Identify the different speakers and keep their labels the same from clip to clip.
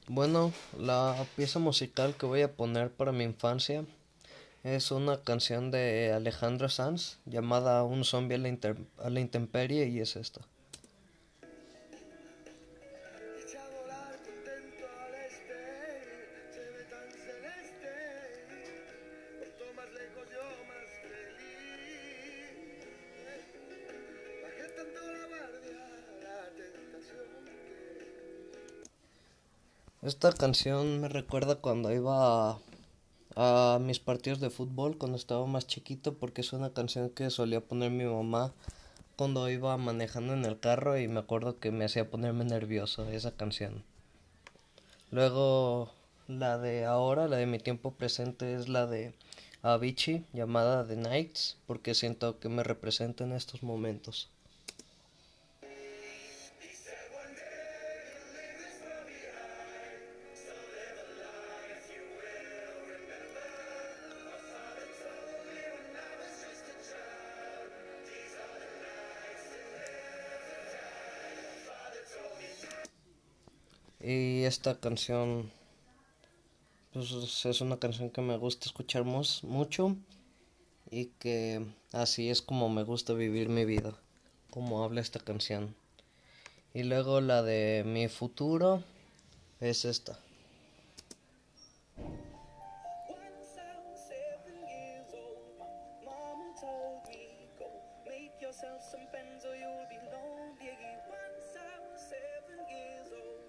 Speaker 1: Bueno, la pieza musical que voy a poner para mi infancia es una canción de Alejandro Sanz llamada Un zombie a a la intemperie y es esta.
Speaker 2: Echa a volar contento al este, se ve tan celeste. Cuanto más lejos yo más feliz. Bajé tanto la guardia, la tentación que
Speaker 1: Esta canción me recuerda cuando iba a mis partidos de fútbol cuando estaba más chiquito porque es una canción que solía poner mi mamá cuando iba manejando en el carro y me acuerdo que me hacía ponerme nervioso esa canción. Luego la de ahora, la de mi tiempo presente es la de Avicii llamada The Nights porque siento que me representa en estos momentos. Y esta canción pues es una canción que me gusta escuchar mucho y que así es como me gusta vivir mi vida, como habla esta canción. Y luego la de mi futuro es esta.
Speaker 2: once I was 7 years old. Mama told me, go make yourself some friends or you'll be lonely. Once I was 7 years old.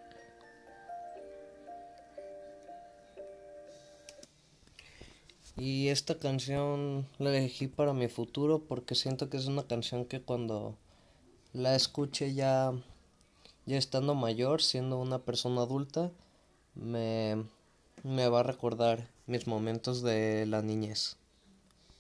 Speaker 1: Y esta canción la elegí para mi futuro porque siento que es una canción que cuando la escuche ya estando mayor, siendo una persona adulta, me, me va a recordar mis momentos de la niñez.